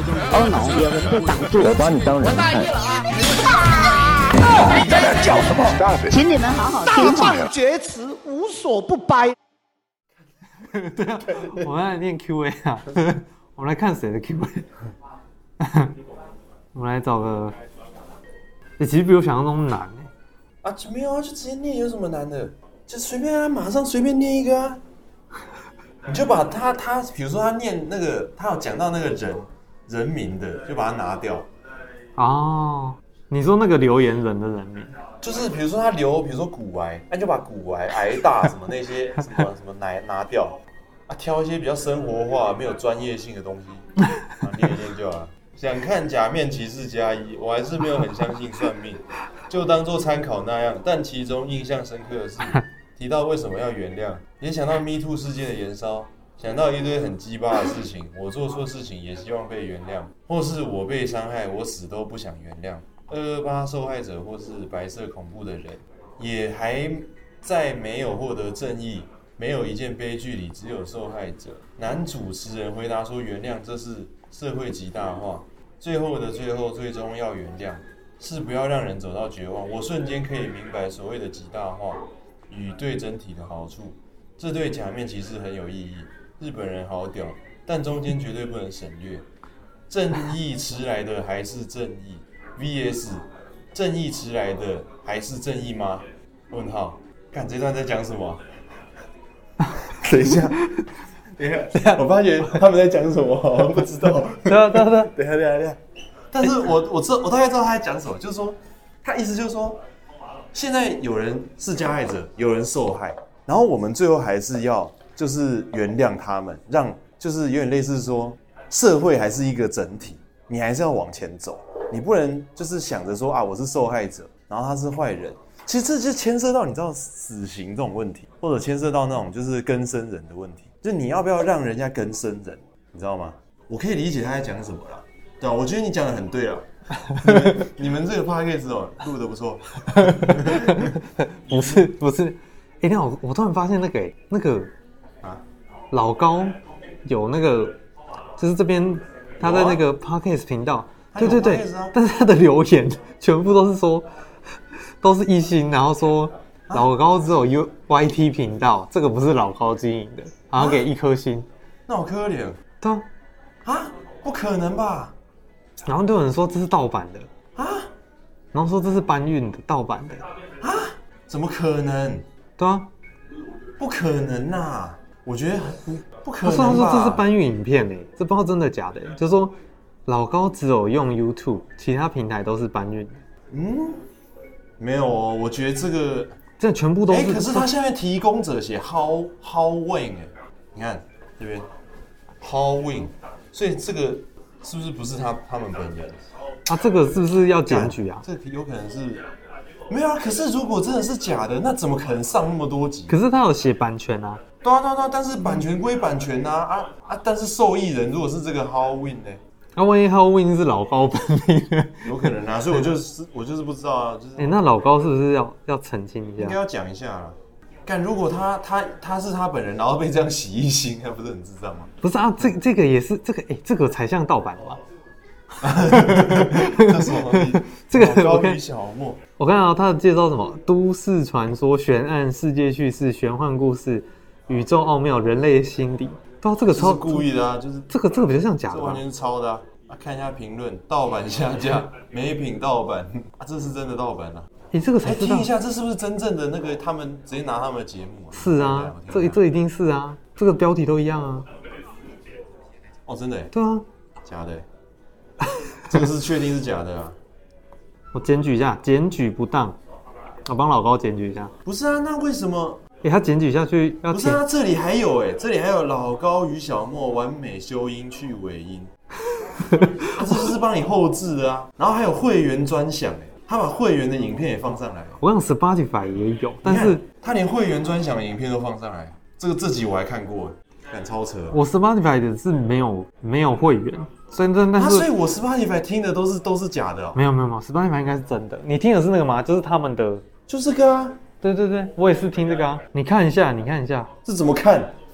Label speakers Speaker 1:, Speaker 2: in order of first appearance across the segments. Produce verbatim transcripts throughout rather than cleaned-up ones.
Speaker 1: 头脑也会被挡住。
Speaker 2: 我把你当人看。
Speaker 3: 你在那叫什么？
Speaker 1: 请你们好好听话。
Speaker 3: 大放厥词，无所不掰。
Speaker 4: 对啊，我们来念 Q A 啊，我们来看谁的 Q A。我们来找个，欸、其实比我想象中难哎、
Speaker 5: 欸。啊，没有啊，就直接念，有什么难的？就随便啊，马上随便念一个啊。你就把他他，比如说他念那个，他有讲到那个人人名的，就把它拿掉。
Speaker 4: 哦，你说那个留言人的人名，
Speaker 5: 就是比如说他留，比如说骨癌，那、啊、就把骨癌、癌大什么那些什么什么拿拿掉，啊，挑一些比较生活化、没有专业性的东西，啊，念一念就好了。想看假面骑士加一，我还是没有很相信算命，就当做参考那样。但其中印象深刻的是，提到为什么要原谅，也想到 Me Too 事件的延烧，想到一堆很鸡巴的事情，我做错事情也希望被原谅，或是我被伤害，我死都不想原谅。二二八受害者或是白色恐怖的人，也还在没有获得正义，没有一件悲剧里只有受害者。男主持人回答说：“原谅，这是社会极大化。最后的最后，最终要原谅，是不要让人走到绝望。”我瞬间可以明白所谓的极大化与对整体的好处，这对假面骑士很有意义。日本人好屌，但中间绝对不能省略。正义迟来的还是正义 V S 正义迟来的还是正义吗？问号，看这段在讲什么？等一下，等一下，我发觉他们在讲什么，我不知道。
Speaker 4: 对啊，对啊，对啊。
Speaker 5: 等一下，等一下，等一下。但是我我知道，我大概知道他在讲什么，就是说，他意思就是说，现在有人是加害者，有人受害，然后我们最后还是要就是原谅他们，让就是有点类似说，社会还是一个整体，你还是要往前走，你不能就是想着说啊，我是受害者，然后他是坏人。其实这就牵涉到你知道死刑这种问题，或者牵涉到那种就是更生人的问题，就你要不要让人家更生人，你知道吗？我可以理解他在讲什么啦，对吧？我觉得你讲的很对啦。你们你们这个 podcast 哦录得不错。
Speaker 4: 不是不是，哎、欸，那我我突然发现那个、欸、那个啊老高有那个就是这边他在那个 podcast 频道，啊、对对对，啊、但是他的留言全部都是说。都是一星，然后说老高只有 U Y T 频道，这个不是老高经营的，然后给一颗星，
Speaker 5: 那好可怜。
Speaker 4: 对啊，
Speaker 5: 啊，不可能吧？
Speaker 4: 然后就有人说这是盗版的
Speaker 5: 啊，
Speaker 4: 然后说这是搬运的盗版的
Speaker 5: 啊，怎么可能？
Speaker 4: 对啊，
Speaker 5: 不可能啊！我觉得不可能吧。
Speaker 4: 他说这是搬运影片诶，这不知道真的假的，就说老高只有用 YouTube， 其他平台都是搬运的。
Speaker 5: 嗯。没有哦，我觉得这个
Speaker 4: 这全部都是。
Speaker 5: 哎，可是他下面提供者写 How How Wing 哎，你看这边 How Wing， 所以这个是不是不是他他们本人
Speaker 4: 啊？这个是不是要检举啊？
Speaker 5: 这个有可能是没有啊。可是如果真的是假的，那怎么可能上那么多集？
Speaker 4: 可是他有写版权啊。
Speaker 5: 对啊对啊对啊，但是版权归版权啊啊啊！但是受益人如果是这个 How Wing 呢？
Speaker 4: 那、啊、万一 How Win 是老高本名，
Speaker 5: 有可能啊，所以我就是我就是不知道啊，就是。
Speaker 4: 哎、欸，那老高是不是要要澄清一下？
Speaker 5: 应该要讲一下啊。干，如果他他他是他本人，然后被这样洗一星，那不是很智障吗？
Speaker 4: 不是啊，这这个也是这个，哎、欸，这个才像盗版的吧？
Speaker 5: 这什么东西？
Speaker 4: 这个
Speaker 5: 高于小莫。
Speaker 4: 我看到他的介绍什么？都市傳說、懸案、世界敘事、玄幻故事、宇宙奧妙、人類心理。对啊，这个超
Speaker 5: 是故意的啊，就是
Speaker 4: 这个这个比较像假的吧？
Speaker 5: 这完全是抄的啊！啊看一下评论，盗版下架，美品盗版啊，这是真的盗版啊！
Speaker 4: 你、欸、这个才知道。
Speaker 5: 听一下，这是不是真正的那个他们直接拿他们的节目、啊？
Speaker 4: 是啊，这这一定是啊，这个标题都一样啊。
Speaker 5: 哦，真的耶？
Speaker 4: 对啊，
Speaker 5: 假的耶。这个是确定是假的啊！
Speaker 4: 我检举一下，检举不当，我帮老高检举一下。
Speaker 5: 不是啊，那为什么？
Speaker 4: 欸、他检举下去要
Speaker 5: 不是啊，这里还有哎，这里还有老高与小莫完美修音去尾音，啊、这就是帮你后置的啊。然后还有会员专享哎，他把会员的影片也放上来。
Speaker 4: 我想 Spotify 也有，但是
Speaker 5: 他连会员专享的影片都放上来。这个这集我还看过，看超扯。
Speaker 4: 我 Spotify 的是没有没有会员，所以但但是、
Speaker 5: 啊、所以我 Spotify 听的都是都是假的哦。
Speaker 4: 没有没有没有 ，Spotify 应该是真的。你听的是那个吗？就是他们的，
Speaker 5: 就这个啊。
Speaker 4: 对对对，我也是听这个啊。你看一下，你看一下，
Speaker 5: 这怎么看？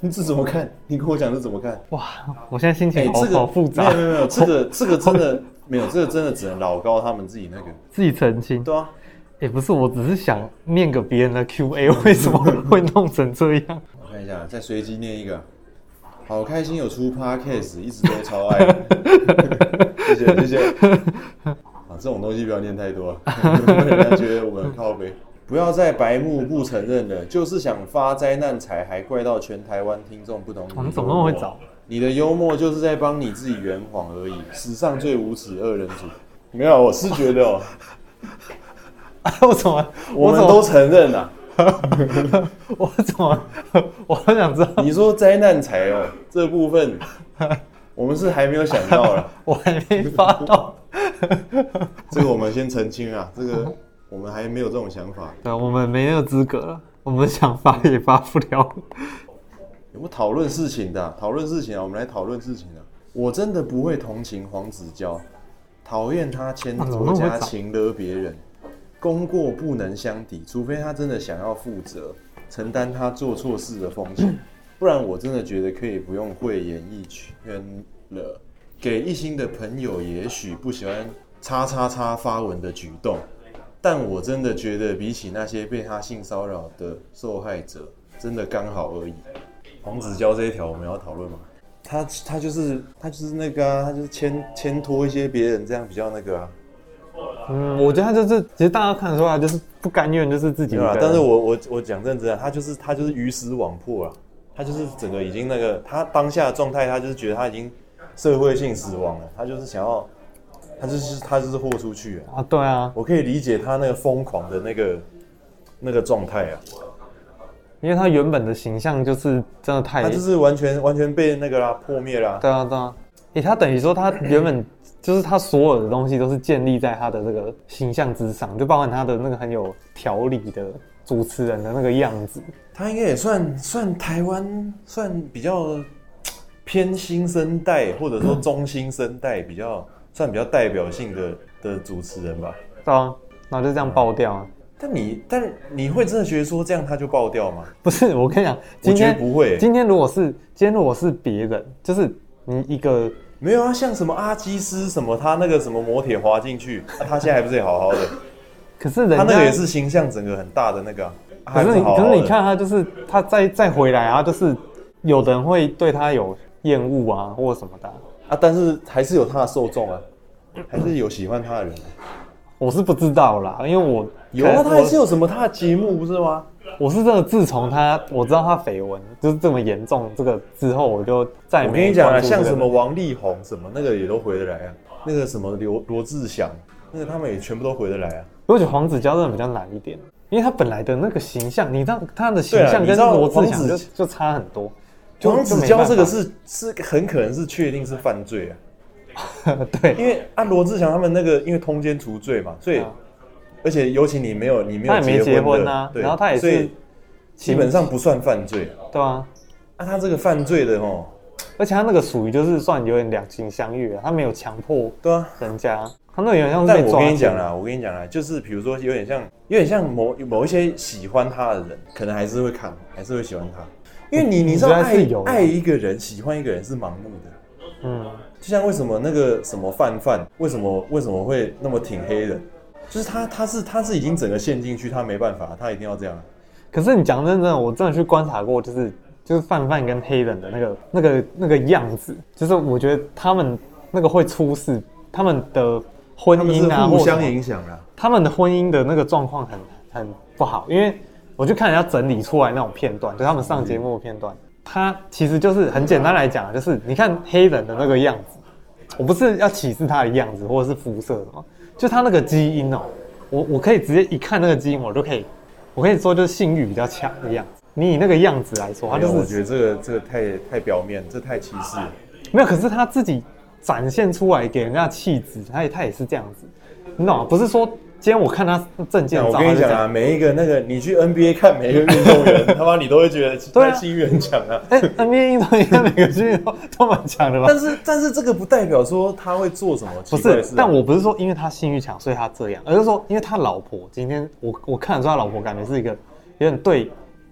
Speaker 5: 你这怎么看？你跟我讲这怎么看？
Speaker 4: 哇，我现在心情好、
Speaker 5: 欸这个、
Speaker 4: 好复杂。
Speaker 5: 没有没有没有，这个这个真的没有，这个真的只能老高他们自己那个
Speaker 4: 自己澄清。
Speaker 5: 对啊，
Speaker 4: 也、欸、不是，我只是想念个别人的 Q A， 为什么会弄成这样？
Speaker 5: 我看一下，再随机念一个。好开心有出 podcast， 一直都超爱。谢谢谢谢。啊，这种东西不要念太多，人家觉得我们很靠北。不要再白目不承认了，就是想发灾难财，还怪到全台湾听众不懂你。
Speaker 4: 我们怎么那么会找？
Speaker 5: 你的幽默就是在帮你自己圆谎而已。史上最无耻恶人组。没有，我是觉得哦、
Speaker 4: 喔，我怎么？
Speaker 5: 我们都承认啊。
Speaker 4: 我怎么？我好想知道。
Speaker 5: 你说灾难财哦、喔，这部分我们是还没有想到了，
Speaker 4: 我还没发到。
Speaker 5: 这个我们先澄清啊，这个我们还没有这种想法。
Speaker 4: 对，我们没那个资格了，我们想发也发不了。
Speaker 5: 有没有讨论事情的、啊？讨论事情啊，我们来讨论事情啊。我真的不会同情黄子佼，讨厌他牵国家情勒别人。功过不能相抵，除非他真的想要负责，承担他做错事的风险，不然我真的觉得可以不用讳演艺圈了。给一星的朋友也许不喜欢叉叉叉发文的举动，但我真的觉得比起那些被他性骚扰的受害者，真的刚好而已。黄子佼这一条我们要讨论吗？他他就是他就是那个啊，他就是牵牵拖一些别人，这样比较那个啊。
Speaker 4: 嗯，我觉得他就是，其实大家看得出来，就是不甘愿，就是自己一个人。
Speaker 5: 但是我我我讲认真啊，他就是他就是鱼死网破啊，他就是整个已经那个他当下的状态，他就是觉得他已经社会性死亡了，他就是想要，他就是他就是豁出去啊。
Speaker 4: 啊，对啊，
Speaker 5: 我可以理解他那个疯狂的那个那个状态啊，
Speaker 4: 因为他原本的形象就是真的太，
Speaker 5: 他就是完全完全被那个啦破灭啦。
Speaker 4: 对啊对啊，诶、欸，他等于说他原本。就是他所有的东西都是建立在他的这个形象之上，就包含他的那个很有条理的主持人的那个样子。
Speaker 5: 他应该也算算台湾算比较偏新生代，或者说中新生代比较算比较代表性的的主持人吧。
Speaker 4: 对啊，然后就这样爆掉啊。
Speaker 5: 但你但你会真的觉得说这样他就爆掉吗？
Speaker 4: 不是，我跟你讲，今天
Speaker 5: 我觉得不会、欸。
Speaker 4: 今天如果是今天如果是别人，就是你一个。
Speaker 5: 没有啊，像什么阿基斯什么，他那个什么摩铁滑进去、啊，他现在还不是也好好的？
Speaker 4: 可是人家
Speaker 5: 他那个也是形象整个很大的那个、啊，
Speaker 4: 可是你好好可是你看他就是他再再回来啊，就是有人会对他有厌恶啊或者什么的 啊,
Speaker 5: 啊，但是还是有他的受众啊，还是有喜欢他的人、啊。
Speaker 4: 我是不知道啦，因为我
Speaker 5: 有啊，他还是有什么他的节目不是吗？
Speaker 4: 我是真的，自从他我知道他绯闻就是这么严重，这个之后我就再也没。
Speaker 5: 我跟你讲啊，像什么王力宏什么那个也都回得来啊，那个什么罗罗志祥，那个他们也全部都回得来啊。
Speaker 4: 我觉得黄子佼真的比较难一点，因为他本来的那个形象，你知道他的形象跟罗志祥就就差很多。
Speaker 5: 黄子佼这个是是很可能是确定是犯罪
Speaker 4: 啊，对，
Speaker 5: 因为按罗志祥他们那个因为通奸除罪嘛，所以。啊而且尤其你没有你没有
Speaker 4: 他也没结婚啊，然后他也是
Speaker 5: 基本上不算犯罪，
Speaker 4: 对啊。
Speaker 5: 啊，他这个犯罪的哦，
Speaker 4: 而且他那个属于就是算有点两情相悦，他没有强迫
Speaker 5: 对啊
Speaker 4: 人家，他那有点像是被抓。
Speaker 5: 但我跟你讲啦，我跟你讲啦，就是比如说有点像有点像某某一些喜欢他的人，可能还是会看，还是会喜欢他，因为你你知道爱爱一个人喜欢一个人是盲目的，嗯，就像为什么那个什么范范为什么为什么会那么挺黑人？就是他，他是他是已经整个陷进去，他没办法，他一定要这样。
Speaker 4: 可是你讲真的，我真的去观察过，就是就是范范跟黑人的那个那个那个样子，就是我觉得他们那个会出事，他们的婚姻啊，
Speaker 5: 互相影响啊，
Speaker 4: 他们的婚姻的那个状况很很不好，因为我就看人家整理出来那种片段，就他们上节目的片段，他其实就是很简单来讲，就是你看黑人的那个样子，我不是要歧视他的样子或者是肤色的嘛。就他那个基因哦，我我可以直接一看那个基因，我就可以，我可以说就是性欲比较强的样子。你以那个样子来说，他就是。
Speaker 5: 我觉得这个这个太太表面，这太歧视了。
Speaker 4: 没有，可是他自己展现出来给人家的气质，他也他也是这样子，你懂吗？不是说今天我看他证件照，
Speaker 5: 我跟你讲啊，每一个那个你去 N B A 看每一个运动员，他妈你都会觉得他性欲很强啊。
Speaker 4: 哎、欸、，N B A 运动员每个性欲都都蛮强的吧？
Speaker 5: 但是但是这个不代表说他会做什么奇怪的事、啊。
Speaker 4: 不是，但我不是说因为他性欲强所以他这样，而是说因为他老婆今天我我看得出他老婆感觉是一个有点对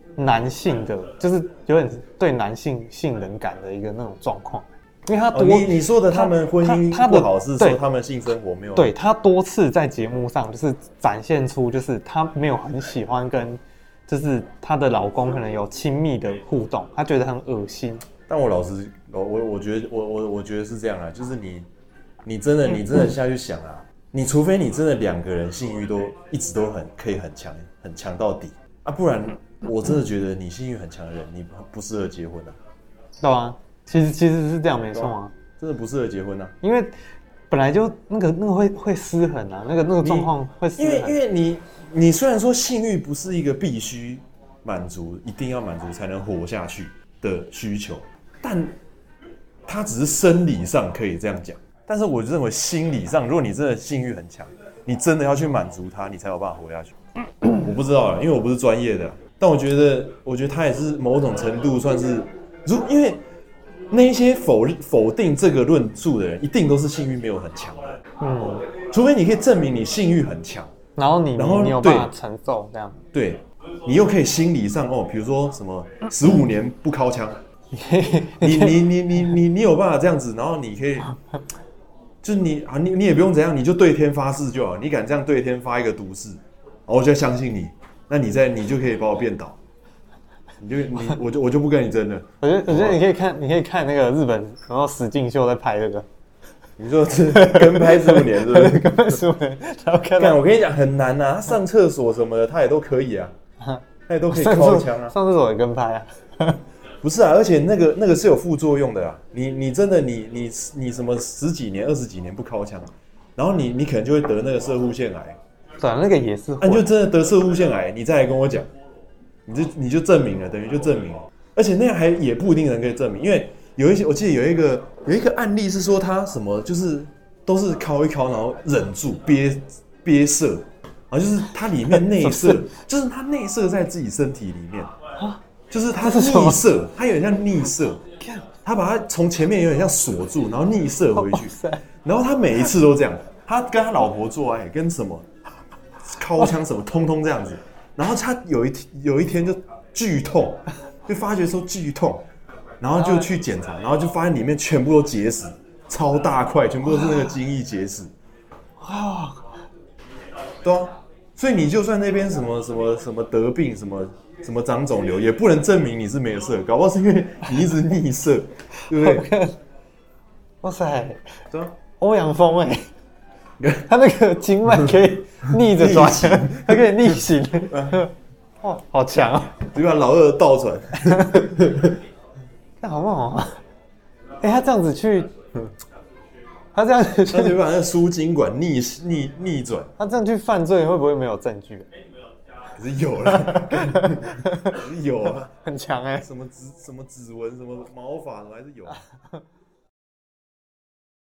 Speaker 4: 男性的，就是有点对男性性能感的一个那种状况。因为他多、
Speaker 5: 哦、你你说的他们婚姻
Speaker 4: 他他
Speaker 5: 不好是说
Speaker 4: 对
Speaker 5: 他们性生活没有
Speaker 4: 对他多次在节目上就是展现出就是他没有很喜欢跟就是她的老公可能有亲密的互动，他觉得很恶心。
Speaker 5: 但我老实我我我觉得我我我觉得是这样啊，就是你你真的你真的下去想啊，你除非你真的两个人性欲都一直都很可以很强很强到底啊，不然我真的觉得你性欲很强的人你不适合结婚啊。
Speaker 4: 对啊，其实其实是这样没错啊，
Speaker 5: 真的不适合结婚啊，
Speaker 4: 因为本来就那个那个会会失衡啊，那个那个状况会失衡。
Speaker 5: 因为因为你你虽然说性欲不是一个必须满足一定要满足才能活下去的需求，但它只是生理上可以这样讲。但是我认为心理上，如果你真的性欲很强，你真的要去满足它，你才有办法活下去。我不知道啦，因为我不是专业的，但我觉得，我觉得它也是某种程度算是，如因为那一些否否定这个论述的人，一定都是性欲没有很强的。嗯，除非你可以证明你性欲很强，
Speaker 4: 然后你
Speaker 5: 然后
Speaker 4: 你有办法承受这样。
Speaker 5: 对，你又可以心理上哦，比如说什么十五年不靠枪，你你你你你你有办法这样子，然后你可以。就是你啊，你你也不用怎样，你就对天发誓就好。你敢这样对天发一个毒誓，我就相信你。那你在你就可以把我变倒，你就你我就我就不跟你争了。
Speaker 4: 我觉得我觉得你可以看你可以看那个日本，然后石进秀在拍这个。
Speaker 5: 你说是跟拍十五年是不是？
Speaker 4: 跟拍十五年，然后看到。
Speaker 5: 我跟你讲很难啊，他上厕所什么的他也都可以啊，他也都可以靠枪啊。
Speaker 4: 上厕所也跟拍啊。
Speaker 5: 不是啊，而且那个那个是有副作用的啊。你你真的你你你什么十几年、二十几年不靠枪，然后你你可能就会得那个攝護腺癌。
Speaker 4: 对啊，那个也是会。
Speaker 5: 啊，你就真的得攝護腺癌，你再来跟我讲，你就你就证明了，等于就证明了。而且那样还也不一定人可以证明，因为有一些我记得有一个有一个案例是说他什么就是都是敲一敲，然后忍住憋憋射，然后就是他里面内射，就是他内射在自己身体里面。就是他逆射，他有点像逆射，他把它从前面有点像锁住，然后逆射回去，然后他每一次都这样，他跟他老婆做爱，跟什么敲枪什么，通通这样子，然后他有一有一天就剧痛，就发觉说剧痛，然后就去检查，然后就发现里面全部都结石，超大块，全部都是那个精液结石，哇，对啊，所以你就算那边什么什么什么得病什么。什么长肿瘤也不能证明你是没射，搞不好是因为你一直逆射，对不对？
Speaker 4: 哇塞，
Speaker 5: 对啊，
Speaker 4: 欧阳锋哎，他那个经脉可以逆着转，他可以逆行，哇，好强啊！
Speaker 5: 就把老二倒转，
Speaker 4: 看好不好啊？哎，他这样子去，他这样子去，
Speaker 5: 他就把那个输精管逆逆逆转，
Speaker 4: 他这样去犯罪会不会没有证据？
Speaker 5: 可是有了，可是有啊，
Speaker 4: 很强哎、欸，
Speaker 5: 什么指什么指纹，什么毛发，还是有。